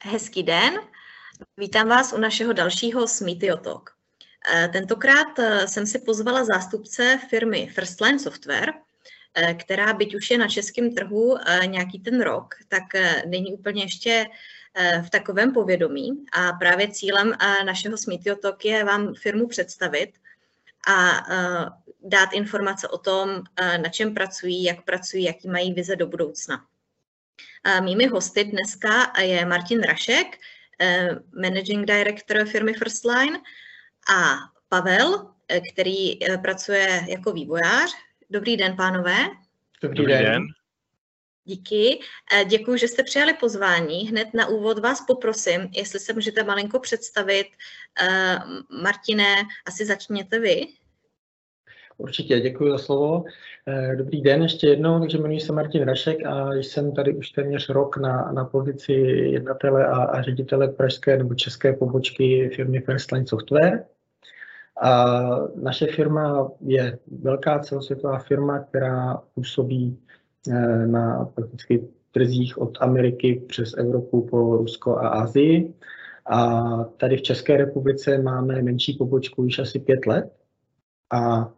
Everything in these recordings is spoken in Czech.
Hezký den, vítám vás u našeho dalšího Smeetio Talk. Tentokrát jsem si pozvala zástupce firmy Firstline Software, která byť už je na českém trhu nějaký ten rok, tak není úplně ještě v takovém povědomí. A právě cílem našeho Smeetio Talk je vám firmu představit a dát informace o tom, na čem pracují, jaký mají vize do budoucna. Mými hosty dneska je Martin Rašek, Managing Director firmy Firstline, a Pavel, který pracuje jako vývojář. Dobrý den, pánové. Dobrý den. Díky. Děkuji, že jste přijali pozvání. Hned na úvod vás poprosím, jestli se můžete malinko představit. Martine, asi začněte vy. Určitě, děkuji za slovo. Dobrý den ještě jednou, takže jmenuji se Martin Rašek a jsem tady už téměř rok na pozici jednatele a ředitele pražské nebo české pobočky firmy Firstline Software. A naše firma je velká celosvětová firma, která působí na prakticky trzích od Ameriky přes Evropu po Rusko a Asii. A tady v České republice máme menší pobočku již asi 5 let. A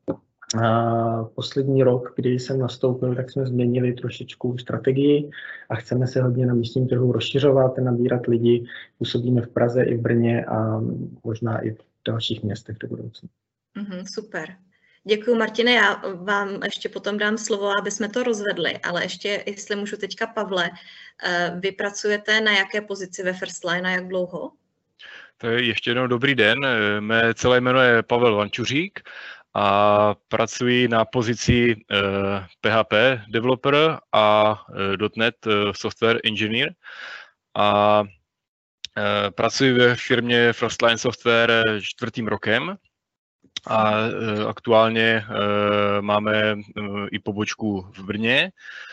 poslední rok, kdy jsem nastoupil, tak jsme změnili trošičku strategii a chceme se hodně na místním trhu rozšiřovat, nabírat lidi. Působíme v Praze i v Brně a možná i v dalších městech do budoucna. Super. Děkuji, Martine. Já vám ještě potom dám slovo, aby jsme to rozvedli, ale ještě, jestli můžu teďka, Pavle, vy pracujete na jaké pozici ve Firstline a jak dlouho? To je ještě jednou dobrý den. Mé celé jméno je Pavel Vančuřík a pracuji na pozici PHP developer a .NET software engineer. A pracuji ve firmě Firstline Software 4. rokem a aktuálně máme i pobočku v Brně,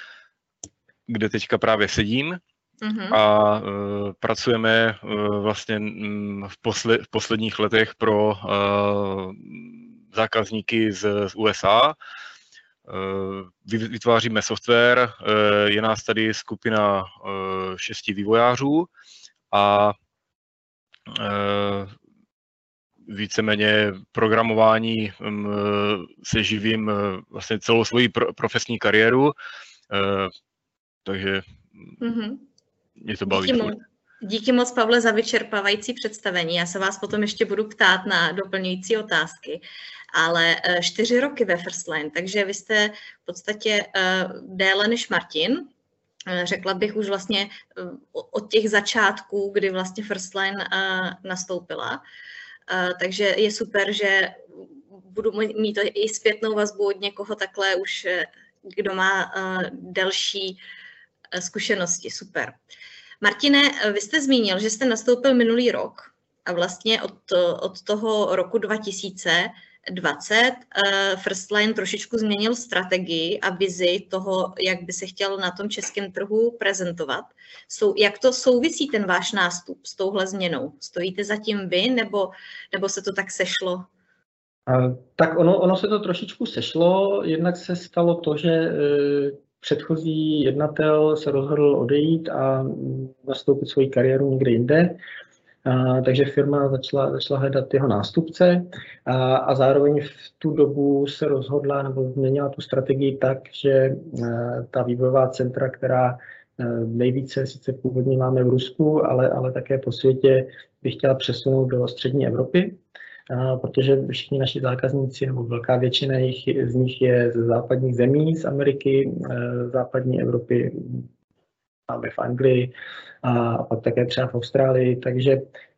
kde teďka právě sedím. A pracujeme vlastně v posledních letech pro zákazníky z USA. Vytváříme software, je nás tady skupina 6 vývojářů a víceméně programování se živím vlastně celou svoji profesní kariéru, takže mě to baví. Díky moc, Pavle, za vyčerpávající představení. Já se vás potom ještě budu ptát na doplňující otázky. Ale 4 roky ve Firstline, takže vy jste v podstatě déle než Martin. Řekla bych už vlastně od těch začátků, kdy vlastně Firstline nastoupila. Takže je super, že budu mít i zpětnou vazbu od někoho takhle už, kdo má delší zkušenosti. Super. Martine, vy jste zmínil, že jste nastoupil minulý rok a vlastně od toho roku 2020 Firstline trošičku změnil strategii a vizi toho, jak by se chtěl na tom českém trhu prezentovat. Jak to souvisí ten váš nástup s touhle změnou? Stojíte za tím vy, nebo se to tak sešlo? Tak ono se to trošičku sešlo. Jednak se stalo to, že předchozí jednatel se rozhodl odejít a nastoupit svoji kariéru někde jinde. Takže firma začala hledat jeho nástupce a zároveň v tu dobu se rozhodla nebo změnila tu strategii tak, že ta vývojová centra, která nejvíce sice původně máme v Rusku, ale také po světě, by chtěla přesunout do střední Evropy, protože všichni naši zákazníci, nebo velká většina z nich je ze západních zemí, z Ameriky, západní Evropy, máme v Anglii a pak také třeba v Austrálii, takže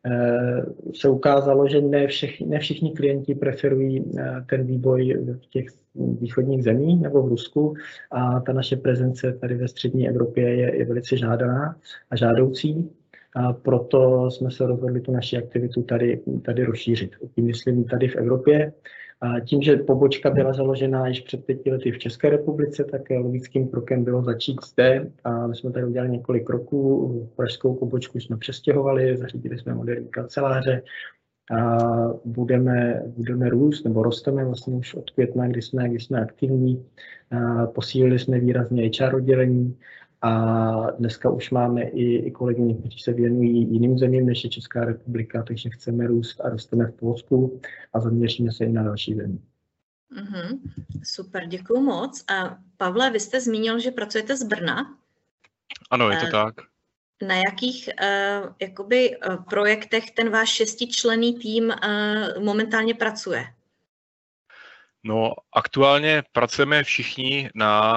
se ukázalo, že ne všichni klienti preferují ten vývoj v těch východních zemích nebo v Rusku a ta naše prezence tady ve střední Evropě je velice žádaná a žádoucí. A proto jsme se rozhodli tu naši aktivitu tady rozšířit. Tím myslím tady v Evropě. A tím, že pobočka byla založena již před 5 lety v České republice, tak logickým krokem bylo začít zde. A my jsme tady udělali několik kroků. Pražskou pobočku jsme přestěhovali, zařídili jsme moderní kanceláře a budeme růst, nebo rosteme vlastně už od května, kdy jsme aktivní. Posílili jsme výrazně HR oddělení A dneska už máme i kolegyně, kteří se věnují jiným zemím, než je Česká republika, takže chceme růst a rosteme v Polsku a zaměříme se i na další země. Super, děkuji moc. A Pavle, vy jste zmínil, že pracujete z Brna. Ano, je to tak. Na jakých projektech ten váš 6členný tým momentálně pracuje? No, aktuálně pracujeme všichni na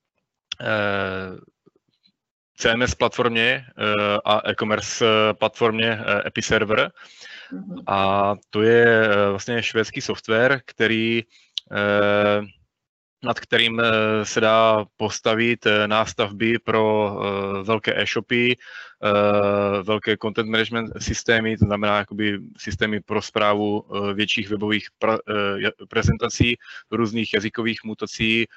CMS platformě a e-commerce platformě Episerver. A to je vlastně švédský software, nad kterým se dá postavit nástavby pro velké e-shopy, velké content management systémy, to znamená jakoby systémy pro správu větších webových prezentací, různých jazykových mutací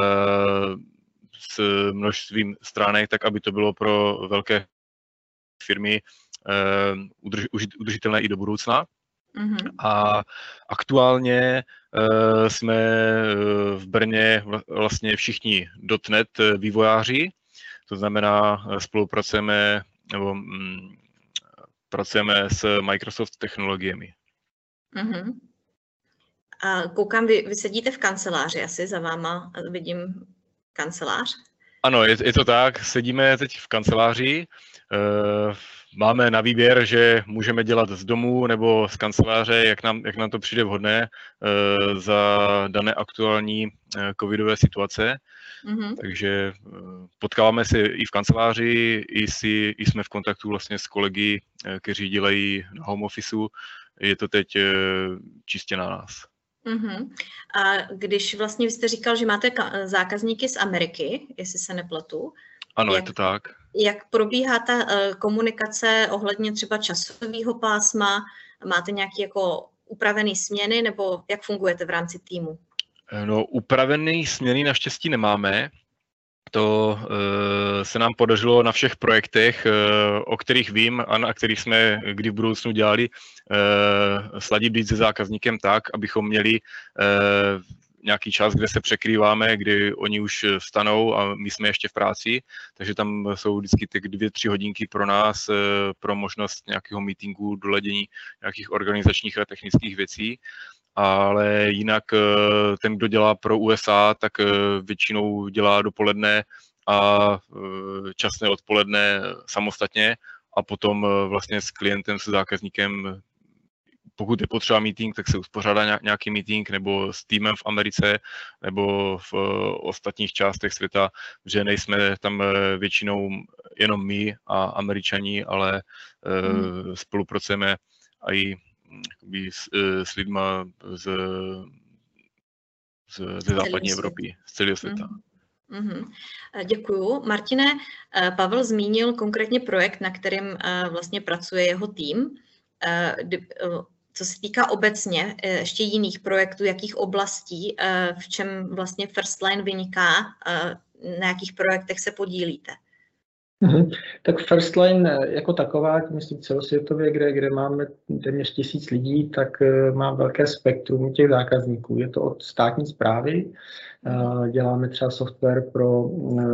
s množstvím stránek, tak aby to bylo pro velké firmy udržitelné i do budoucna. A aktuálně jsme v Brně vlastně všichni .NET vývojáři, to znamená spolupracujeme nebo pracujeme s Microsoft technologiemi. A koukám, vy sedíte v kanceláři asi, za váma vidím kancelář. Ano, je to tak, sedíme teď v kanceláři. Máme na výběr, že můžeme dělat z domu nebo z kanceláře, jak nám to přijde vhodné za dané aktuální covidové situace. Takže potkáváme se i v kanceláři, i jsme v kontaktu vlastně s kolegy, kteří dělají na home officeu. Je to teď čistě na nás. A když vlastně vy jste říkal, že máte zákazníky z Ameriky, jestli se nepletu. Ano, je to tak. Jak probíhá ta komunikace ohledně třeba časového pásma? Máte nějaké jako upravené směny, nebo jak fungujete v rámci týmu? No, upravené směny naštěstí nemáme. To se nám podařilo na všech projektech, o kterých vím a na kterých jsme kdy v budoucnu dělali, sladit být se zákazníkem tak, abychom měli nějaký čas, kde se překrýváme, kdy oni už vstanou a my jsme ještě v práci, takže tam jsou vždycky ty 2-3 hodinky pro nás, pro možnost nějakého meetingu, doladění nějakých organizačních a technických věcí. Ale jinak ten, kdo dělá pro USA, tak většinou dělá dopoledne a časné odpoledne samostatně a potom vlastně s klientem, se zákazníkem, pokud je potřeba meeting, tak se uspořádá nějaký meeting nebo s týmem v Americe nebo v ostatních částech světa, že nejsme tam většinou jenom my a Američani, ale spolupracujeme i s lidma ze západní Evropy, z celého světa. Děkuju. Martine, Pavel zmínil konkrétně projekt, na kterém vlastně pracuje jeho tým. Co se týká obecně ještě jiných projektů, jakých oblastí, v čem vlastně Firstline vyniká, na jakých projektech se podílíte? Tak Firstline jako taková, myslím celosvětově, kde máme téměř 1000 lidí, tak má velké spektrum těch zákazníků. Je to od státní správy, děláme třeba software pro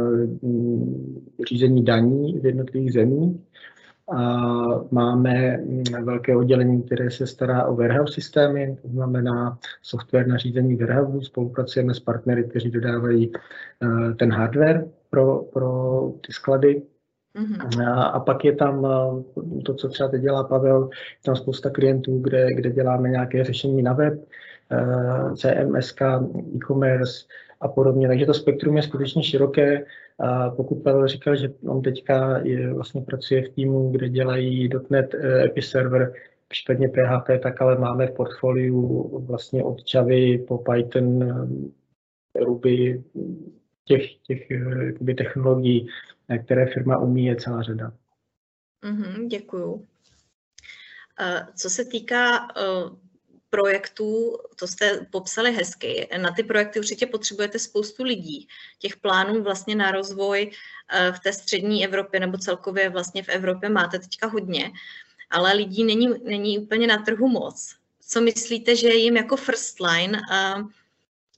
řízení daní v jednotlivých zemích. A máme velké oddělení, které se stará o warehouse systémy, to znamená software na řízení warehouse. Spolupracujeme s partnery, kteří dodávají ten hardware pro ty sklady. A pak je tam to, co třeba teď dělá Pavel, tam spousta klientů, kde děláme nějaké řešení na web, CMS, e-commerce a podobně. Takže to spektrum je skutečně široké. A pokud Pavel říkal, že on teďka vlastně pracuje v týmu, kde dělají .NET Episerver, případně PHP, tak ale máme v portfoliu vlastně od Javy po Python, Ruby, těch technologií, které firma umí, je celá řada. Děkuju. Co se týká projektů, to jste popsali hezky, na ty projekty určitě potřebujete spoustu lidí. Těch plánů vlastně na rozvoj v té střední Evropě nebo celkově vlastně v Evropě máte teďka hodně, ale lidí není úplně na trhu moc. Co myslíte, že jim jako Firstline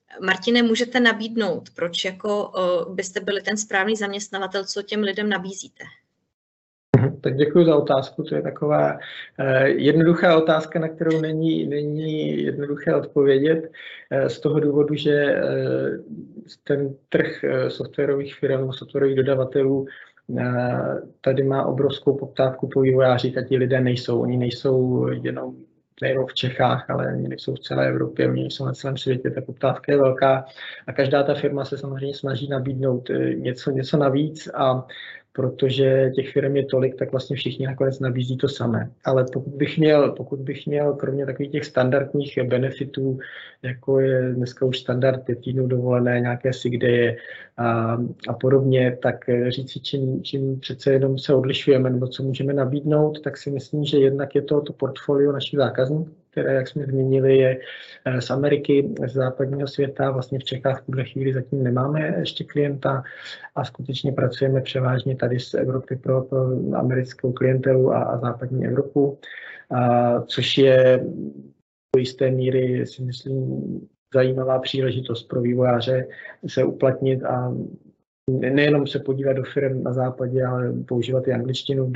Martine, můžete nabídnout, proč jako byste byli ten správný zaměstnavatel, co těm lidem nabízíte? Tak děkuji za otázku. To je taková jednoduchá otázka, na kterou není jednoduché odpovědět. Z toho důvodu, že ten trh softwarových firm, softwarových dodavatelů tady má obrovskou poptávku po vývojářích a ti lidé nejsou. Oni nejsou jenom v Čechách, ale oni nejsou v celé Evropě, oni nejsou na celém světě. Ta poptávka je velká a každá ta firma se samozřejmě snaží nabídnout něco navíc, a protože těch firm je tolik, tak vlastně všichni nakonec nabízí to samé. Ale pokud bych měl kromě takových těch standardních benefitů, jako je dneska už standard 5 týdnů dovolené, nějaké sick day a podobně, tak říci, čím přece jenom se odlišujeme nebo co můžeme nabídnout, tak si myslím, že jednak je to portfolio našich zákazníků, které, jak jsme zmínili, je z Ameriky, z západního světa. Vlastně v Čechách v tuhle chvíli zatím nemáme ještě klienta a skutečně pracujeme převážně tady z Evropy pro americkou klientelu a západní Evropu, což je do jisté míry, si myslím, zajímavá příležitost pro vývojáře se uplatnit a nejenom se podívat do firm na západě, ale používat i angličtinu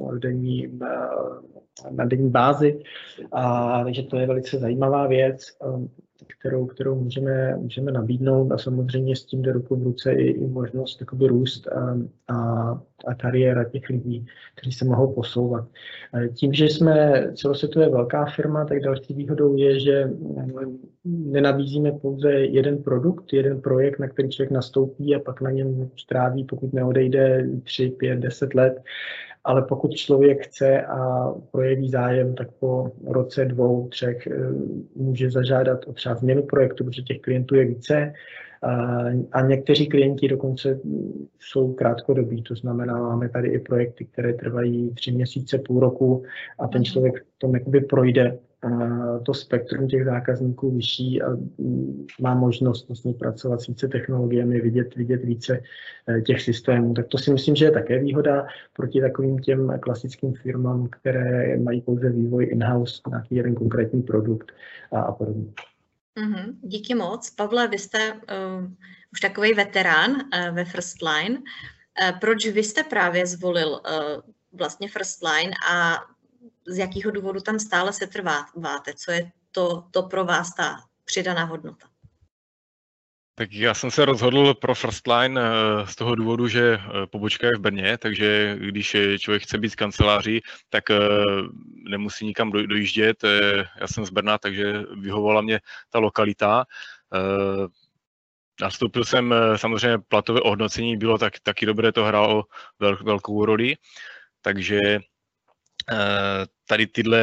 na denní bázi. Takže to je velice zajímavá věc, kterou můžeme nabídnout, a samozřejmě s tím jde ruku v ruce i možnost takoby růst a kariéra těch lidí, kteří se mohou posouvat. Tím, že jsme celosvětově velká firma, tak další výhodou je, že nenabízíme pouze jeden produkt, jeden projekt, na který člověk nastoupí a pak na něm stráví, pokud neodejde 3, 5, 10 let. Ale pokud člověk chce a projeví zájem, tak po roce, 2, 3 může zažádat o třeba změnu projektu, protože těch klientů je více. A někteří klienti dokonce jsou krátkodobí, to znamená, máme tady i projekty, které trvají 3 měsíce, půl roku a ten člověk tom jakoby projde to spektrum těch zákazníků vyšší a má možnost vlastně pracovat s více technologiemi, vidět více těch systémů. Tak to si myslím, že je také výhoda proti takovým těm klasickým firmám, které mají pouze vývoj in-house, nějaký jeden konkrétní produkt a podobně. Díky moc. Pavle, vy jste už takový veterán ve Firstline. Proč vy jste právě zvolil vlastně Firstline a z jakého důvodu tam stále se trváte? Co je to pro vás ta přidaná hodnota? Tak já jsem se rozhodl pro Firstline z toho důvodu, že pobočka je v Brně, takže když člověk chce být v kanceláři, tak nemusí nikam dojíždět. Já jsem z Brna, takže vyhovovala mě ta lokalita. Nastoupil jsem, samozřejmě platové ohodnocení bylo taky dobré, to hrálo velkou roli, takže tady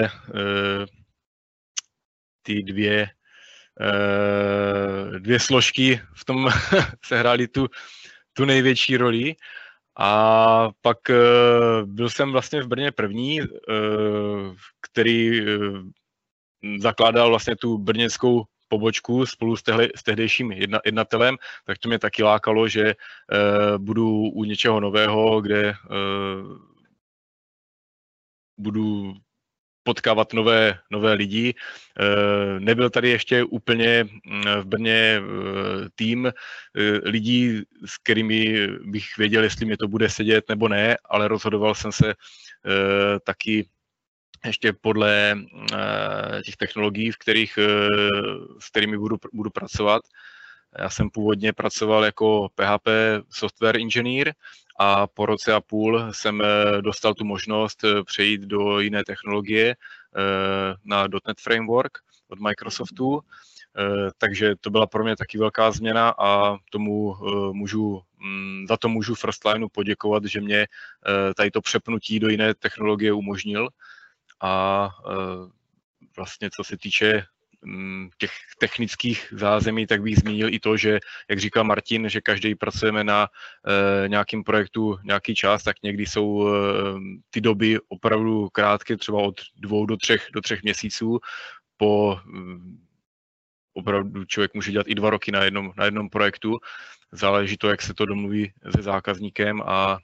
ty dvě složky v tom sehrály tu největší roli. A pak byl jsem vlastně v Brně první, který zakládal vlastně tu brněnskou pobočku spolu s tehdejším jednatelem, tak to mě taky lákalo, že budu u něčeho nového, kde budu potkávat nové lidi. Nebyl tady ještě úplně v Brně tým lidí, s kterými bych věděl, jestli mě to bude sedět nebo ne, ale rozhodoval jsem se taky ještě podle těch technologií, s kterými budu pracovat. Já jsem původně pracoval jako PHP software engineer a po roce a půl jsem dostal tu možnost přejít do jiné technologie na .NET Framework od Microsoftu, takže to byla pro mě taky velká změna a za to můžu Firstlineu poděkovat, že mě tady to přepnutí do jiné technologie umožnil. A vlastně co se týče těch technických zázemí, tak bych zmínil i to, že, jak říkal Martin, že každý pracujeme na nějakém projektu nějaký čas, tak někdy jsou ty doby opravdu krátké, třeba od 2 do 3 měsíců. Opravdu člověk může dělat i 2 roky na jednom projektu. Záleží to, jak se to domluví se zákazníkem a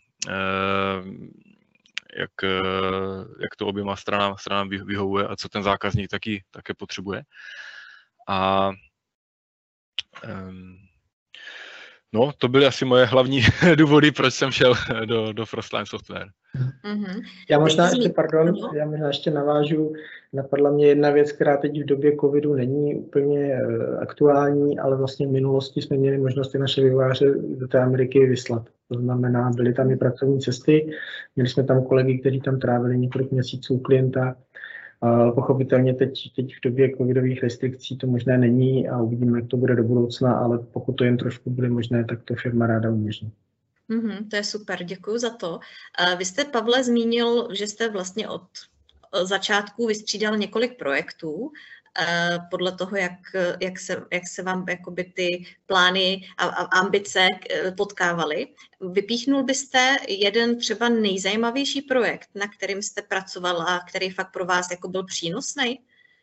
jak to oběma stranám vyhovuje a co ten zákazník také potřebuje. A No, to byly asi moje hlavní důvody, proč jsem šel do Frostline Software. Mm-hmm. Já možná ještě navážu. Napadla mě jedna věc, která teď v době covidu není úplně aktuální, ale vlastně v minulosti jsme měli možnost i naše vývojáře do té Ameriky vyslat. To znamená, byly tam i pracovní cesty, měli jsme tam kolegy, kteří tam trávili několik měsíců u klienta. Pochopitelně teď v době covidových restrikcí to možné není a uvidíme, jak to bude do budoucna, ale pokud to jen trošku bude možné, tak to firma ráda umožní. To je super, děkuji za to. Vy jste, Pavle, zmínil, že jste vlastně od začátku vystřídal několik projektů podle toho, jak se vám jakoby ty plány a ambice potkávaly. Vypíchnul byste jeden třeba nejzajímavější projekt, na kterým jste pracoval a který fakt pro vás jako byl přínosný?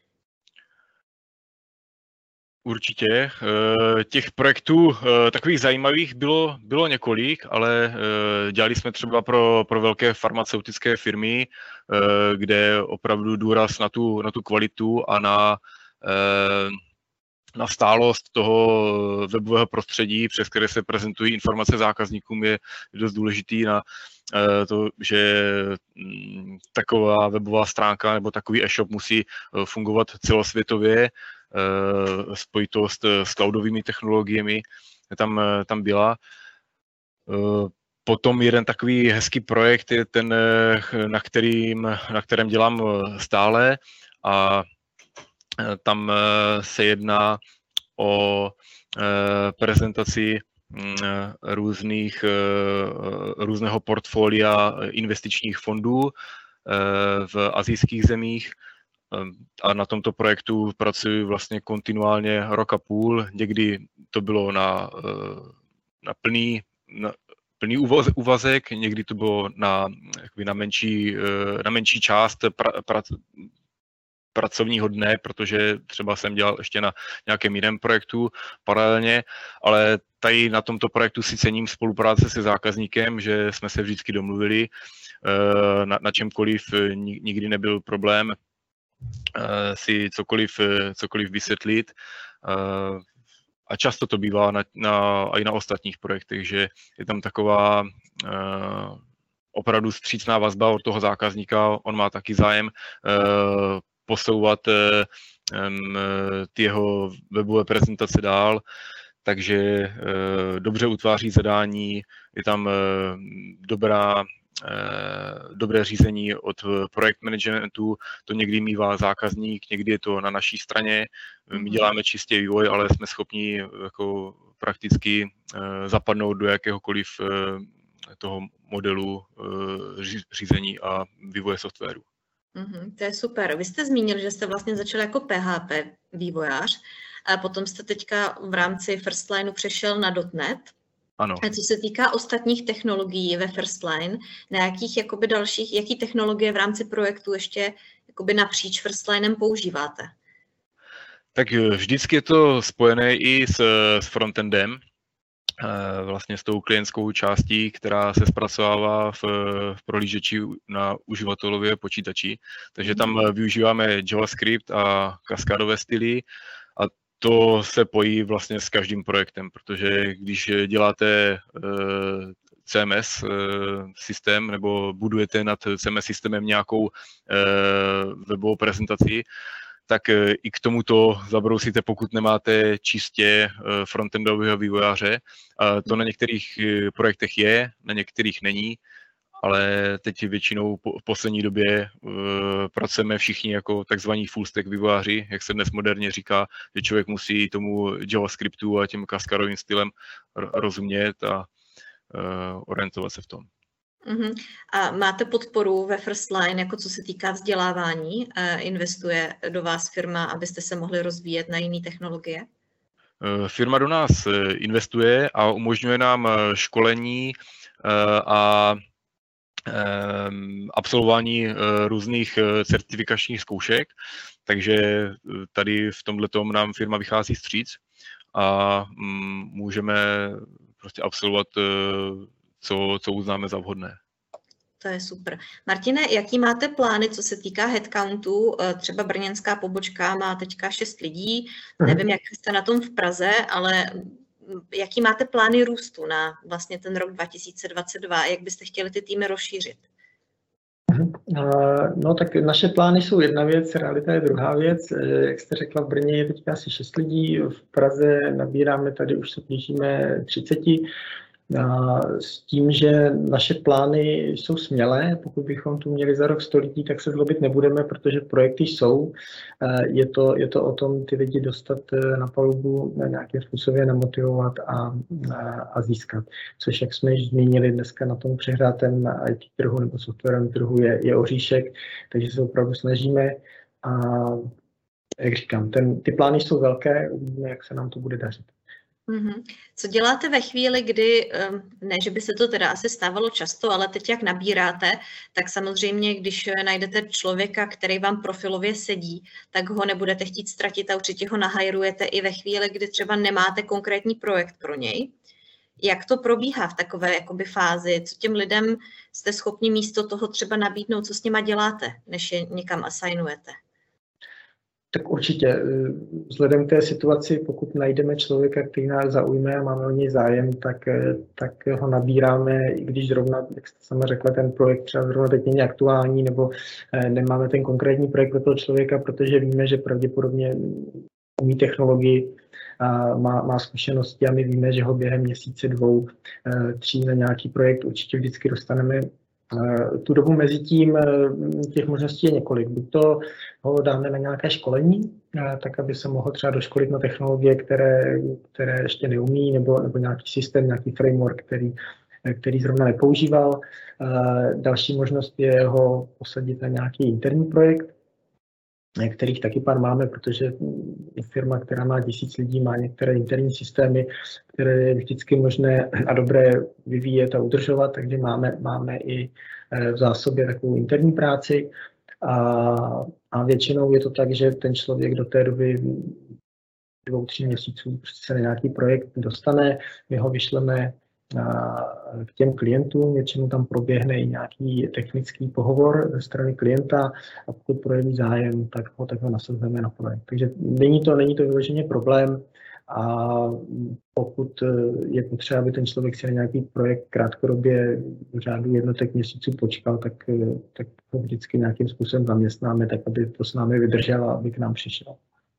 Určitě. Těch projektů takových zajímavých bylo několik, ale dělali jsme třeba pro velké farmaceutické firmy, kde opravdu důraz na tu kvalitu a na stálost toho webového prostředí, přes které se prezentují informace zákazníkům, je dost důležitý na to, že taková webová stránka nebo takový e-shop musí fungovat celosvětově. Spojitost s cloudovými technologiemi tam byla. Potom jeden takový hezký projekt je ten, na kterém dělám stále, a tam se jedná o prezentaci různého portfolia investičních fondů v asijských zemích. A na tomto projektu pracuji vlastně kontinuálně rok a půl. Někdy to bylo na plný úvazek, někdy to bylo na menší část pracovního dne, protože třeba jsem dělal ještě na nějakém jiném projektu paralelně, ale tady na tomto projektu si cením spolupráce se zákazníkem, že jsme se vždycky domluvili na čemkoliv, nikdy nebyl problém si cokoliv vysvětlit. A často to bývá i na ostatních projektech, že je tam taková opravdu vstřícná vazba od toho zákazníka. On má taky zájem posouvat ty jeho webové prezentace dál, takže dobře utváří zadání, je tam dobré řízení od projekt managementu, to někdy mívá zákazník, někdy je to na naší straně. My děláme čistě vývoj, ale jsme schopni jako prakticky zapadnout do jakéhokoliv toho modelu řízení a vývoje softwaru. To je super. Vy jste zmínil, že jste vlastně začal jako PHP vývojář a potom jste teďka v rámci Firstlineu přešel na .NET. Ano. A co se týká ostatních technologií ve Firstline, na jaký technologie v rámci projektu ještě jakoby napříč Firstlinem používáte? Tak vždycky je to spojené i s frontendem, vlastně s tou klientskou částí, která se zpracovává v prohlížeči na uživatelově počítači. Takže tam využíváme JavaScript a kaskádové styly, a to se pojí vlastně s každým projektem, protože když děláte CMS systém nebo budujete nad CMS systémem nějakou webovou prezentaci, tak i k tomuto zabrousíte, pokud nemáte čistě frontendového vývojáře. To na některých projektech je, na některých není, ale teď většinou v poslední době pracujeme všichni jako takzvaní full stack vývojáři, jak se dnes moderně říká, že člověk musí tomu JavaScriptu a těm kaskádovým stylem rozumět a orientovat se v tom. A máte podporu ve Firstline, jako co se týká vzdělávání? Investuje do vás firma, abyste se mohli rozvíjet na jiné technologie? Firma do nás investuje a umožňuje nám školení a absolvování různých certifikačních zkoušek, takže tady v tomhletom nám firma vychází vstříc a můžeme prostě absolvovat, co uznáme za vhodné. To je super. Martine, jaký máte plány, co se týká headcountu? Třeba brněnská pobočka má teďka 6 lidí, nevím, jak jste na tom v Praze, ale jaký máte plány růstu na vlastně ten rok 2022? Jak byste chtěli ty týmy rozšířit? No tak naše plány jsou jedna věc, realita je druhá věc. Jak jste řekla, v Brně je teďka asi 6 lidí, v Praze nabíráme, tady už se blížíme 30. S tím, že naše plány jsou smělé, pokud bychom tu měli za rok 100 lidí, tak se zlobit nebudeme, protože projekty jsou. Je to o tom ty lidi dostat na palubu, nějakým způsobem namotivovat a získat. Což, jak jsme již zmínili dneska na tom přehrátém IT trhu nebo softwarovém trhu, je oříšek, takže se opravdu snažíme. A jak říkám, ty plány jsou velké, uvidíme, jak se nám to bude dařit. Co děláte ve chvíli, kdy, ne, že by se to teda asi stávalo často, ale teď jak nabíráte, tak samozřejmě, když najdete člověka, který vám profilově sedí, tak ho nebudete chtít ztratit a určitě ho nahajrujete i ve chvíli, kdy třeba nemáte konkrétní projekt pro něj. Jak to probíhá v takové jakoby fázi? Co těm lidem jste schopni místo toho třeba nabídnout? Co s nima děláte, než je někam assignujete? Tak určitě. Vzhledem k té situaci, pokud najdeme člověka, který nás zaujme a máme o něj zájem, tak ho nabíráme, i když zrovna, jak jste sama řekla, ten projekt třeba zrovna teď není aktuální, nebo nemáme ten konkrétní projekt pro toho člověka, protože víme, že pravděpodobně umí technologii, má zkušenosti a my víme, že ho během měsíce, 2, 3 na nějaký projekt určitě vždycky dostaneme. Tu dobu mezi tím těch možností je několik. Buď to ho dáme na nějaké školení, tak aby se mohl třeba doškolit na technologie, které ještě neumí, nebo nějaký systém, nějaký framework, který zrovna nepoužíval. Další možnost je ho posadit na nějaký interní projekt, kterých taky pár máme, protože firma, která má 1000 lidí, má některé interní systémy, které je vždycky možné a dobré vyvíjet a udržovat, takže máme i v zásobě takovou interní práci a většinou je to tak, že ten člověk do té doby 2-3 měsíců se na nějaký projekt dostane, my ho vyšleme k těm klientům, většinou tam proběhne i nějaký technický pohovor ze strany klienta a pokud projeví zájem, tak ho nasazujeme na projekt. Takže není to vyloženě problém a pokud je potřeba, aby ten člověk si na nějaký projekt krátkodobě v řádu jednotek měsíců počkal, tak ho vždycky nějakým způsobem zaměstnáme, tak aby to s námi vydržel a aby k nám přišel.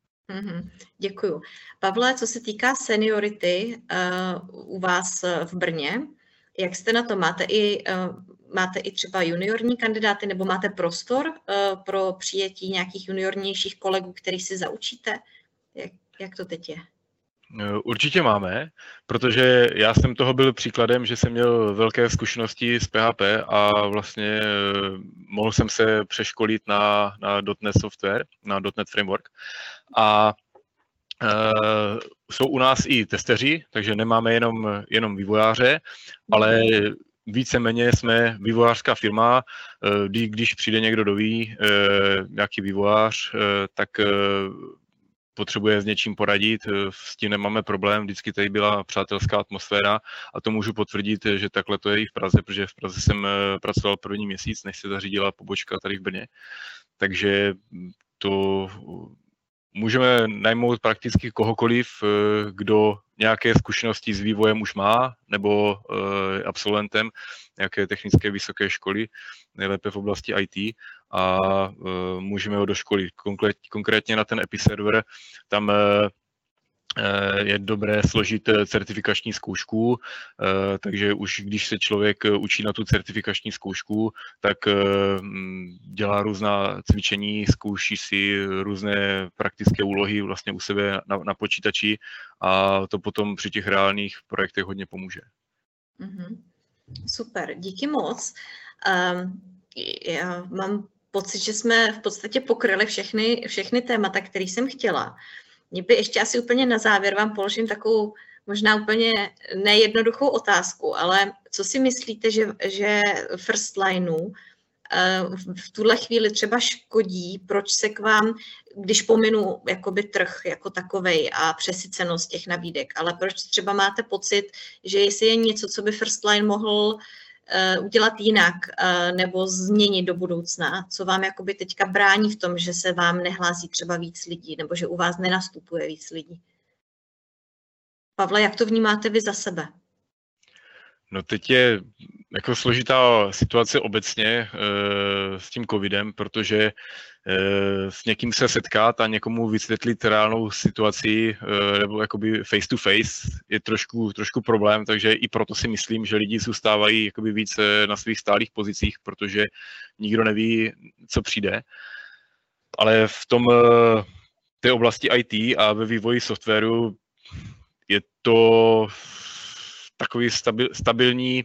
Děkuju. Pavle, co se týká seniority u vás v Brně, jak jste na to? Máte i třeba juniorní kandidáty nebo máte prostor pro přijetí nějakých juniornějších kolegů, který si zaučíte? Jak to teď je? Určitě máme, protože já jsem toho byl příkladem, že jsem měl velké zkušenosti s PHP a vlastně mohl jsem se přeškolit na .NET software, na .NET framework. A jsou u nás i testeři, takže nemáme jenom vývojáře, ale víceméně jsme vývojářská firma. Když přijde někdo doví, nějaký vývojář, tak potřebuje s něčím poradit, s tím nemáme problém, vždycky tady byla přátelská atmosféra a to můžu potvrdit, že takhle to je i v Praze, protože v Praze jsem pracoval první měsíc, než se zařídila pobočka tady v Brně, takže to můžeme najmout prakticky kohokoliv, kdo nějaké zkušenosti s vývojem už má, nebo absolventem nějaké technické vysoké školy, nejlépe v oblasti IT, a můžeme ho doškolit. Konkrétně na ten Episerver, tam je dobré složit certifikační zkoušku, takže už když se člověk učí na tu certifikační zkoušku, tak dělá různá cvičení, zkouší si různé praktické úlohy vlastně u sebe na počítači a to potom při těch reálných projektech hodně pomůže. Super, díky moc. Já mám pocit, že jsme v podstatě pokryli všechny témata, které jsem chtěla. Mě by ještě asi úplně na závěr vám položím takovou možná úplně nejednoduchou otázku, ale co si myslíte, že first lineu v tuhle chvíli třeba škodí, proč se k vám, když pominu jakoby trh jako takovej a přesycenost těch nabídek, ale proč třeba máte pocit, že jestli je něco, co by first line mohl udělat jinak nebo změnit do budoucna? Co vám jakoby teďka brání v tom, že se vám nehlásí třeba víc lidí nebo že u vás nenastupuje víc lidí? Pavle, jak to vnímáte vy za sebe? No teď je jako složitá situace obecně s tím covidem, protože s někým se setkat a někomu vysvětlit reálnou situaci nebo jakoby face to face je trošku problém, takže i proto si myslím, že lidi zůstávají jakoby víc na svých stálých pozicích, protože nikdo neví, co přijde. Ale v té oblasti IT a ve vývoji softwaru je to takový stabilní,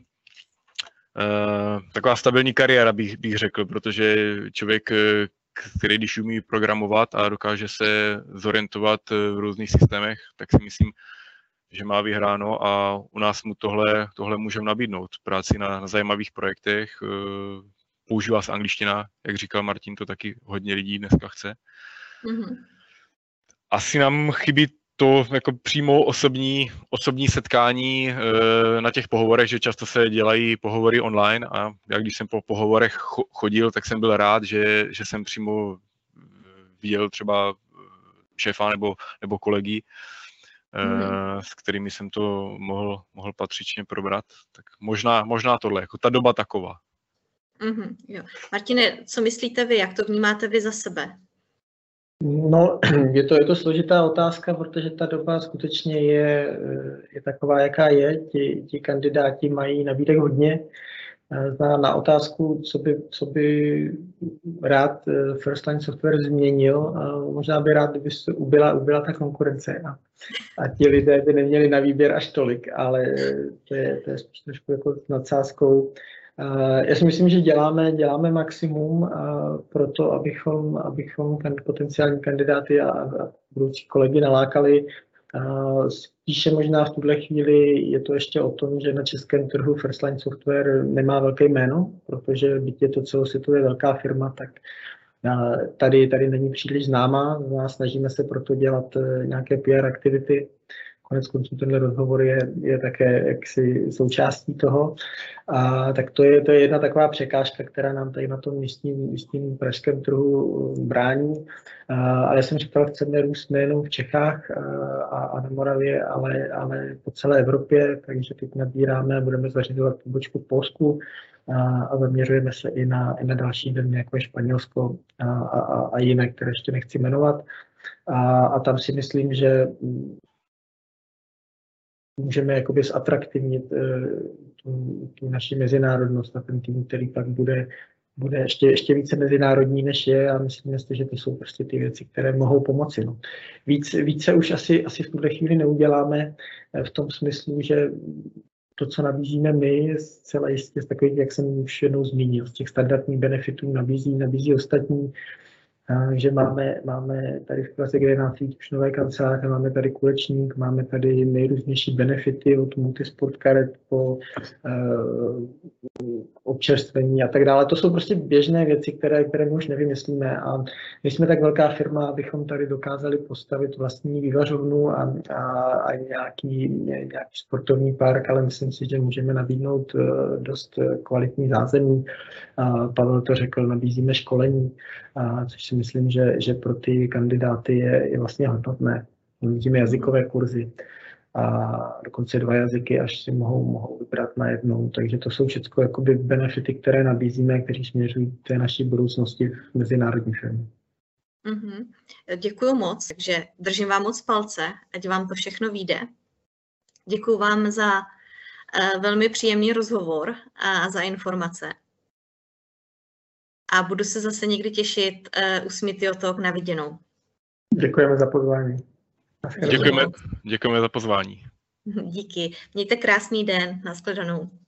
taková stabilní kariéra, bych řekl, protože člověk, který když umí programovat a dokáže se zorientovat v různých systémech, tak si myslím, že má vyhráno a u nás mu tohle můžeme nabídnout. Práci na zajímavých projektech, používá se angličtina, jak říkal Martin, to taky hodně lidí dneska chce. Mm-hmm. Asi nám chybí to jako přímo osobní setkání na těch pohovorech, že často se dělají pohovory online a já když jsem po pohovorech chodil, tak jsem byl rád, že jsem přímo viděl třeba šéfa nebo kolegy, s kterými jsem to mohl patřičně probrat. Tak možná tohle, jako ta doba taková. Mm-hmm, jo. Martine, co myslíte vy, jak to vnímáte vy za sebe? No, je to složitá otázka, protože ta doba skutečně je taková, jaká je. Ti kandidáti mají nabídek hodně. Na otázku, co by rád First Line Software změnil, možná by rád, kdyby se ubyla ta konkurence a ti lidé by neměli na výběr až tolik, ale to je spíš trošku jako s nadsázkou. Já si myslím, že děláme maximum pro to, abychom potenciální kandidáty a budoucí kolegy nalákali. Spíše možná v tuhle chvíli je to ještě o tom, že na českém trhu First Line Software nemá velké jméno, protože byť je to celosvětově velká firma, tak tady není příliš známá. Snažíme se proto dělat nějaké PR aktivity. Konec konců tenhle rozhovor je také jaksi součástí toho. Tak to je jedna taková překážka, která nám tady na tom místním pražském trhu brání. Ale já jsem říkal, chceme růst nejenom v Čechách a na Moravě, ale po celé Evropě, takže teď nabíráme a budeme zařizovat pobočku v Polsku a zaměřujeme se i na další země, jako je Španělsko a jiné, které ještě nechci jmenovat. A tam si myslím, že můžeme jakoby zatraktivnit tu naši mezinárodnost a ten tým, který pak bude ještě více mezinárodní, než je, a myslím si, že to jsou prostě ty věci, které mohou pomoci. No. Více už asi v tuhle chvíli neuděláme v tom smyslu, že to, co nabízíme my, zcela jistě z takových, jak jsem už jednou zmínil, z těch standardních benefitů nabízí ostatní. Takže máme tady v Praze, kde je nás už nové kanceláře, máme tady kulečník, máme tady nejrůznější benefity od multisport karet po občerstvení a tak dále. To jsou prostě běžné věci, které my už nevymyslíme. A my jsme tak velká firma, abychom tady dokázali postavit vlastní vývařovnu a nějaký sportovní park, ale myslím si, že můžeme nabídnout dost kvalitní zázemí. Pavel to řekl, nabízíme školení, což si myslím, že pro ty kandidáty je vlastně hodnotné. Nabízíme jazykové kurzy a dokonce 2 jazyky, až si mohou vybrat najednou. Takže to jsou všechno jakoby benefity, které nabízíme, které směřují k té naší budoucnosti v mezinárodní firmě. Mm-hmm. Děkuju moc, takže držím vám moc palce, ať vám to všechno vyjde. Děkuju vám za velmi příjemný rozhovor a za informace. A budu se zase někdy těšit u Smithyho Talk na viděnou. Děkujeme za pozvání. Děkujeme za pozvání. Díky. Mějte krásný den. Nashledanou.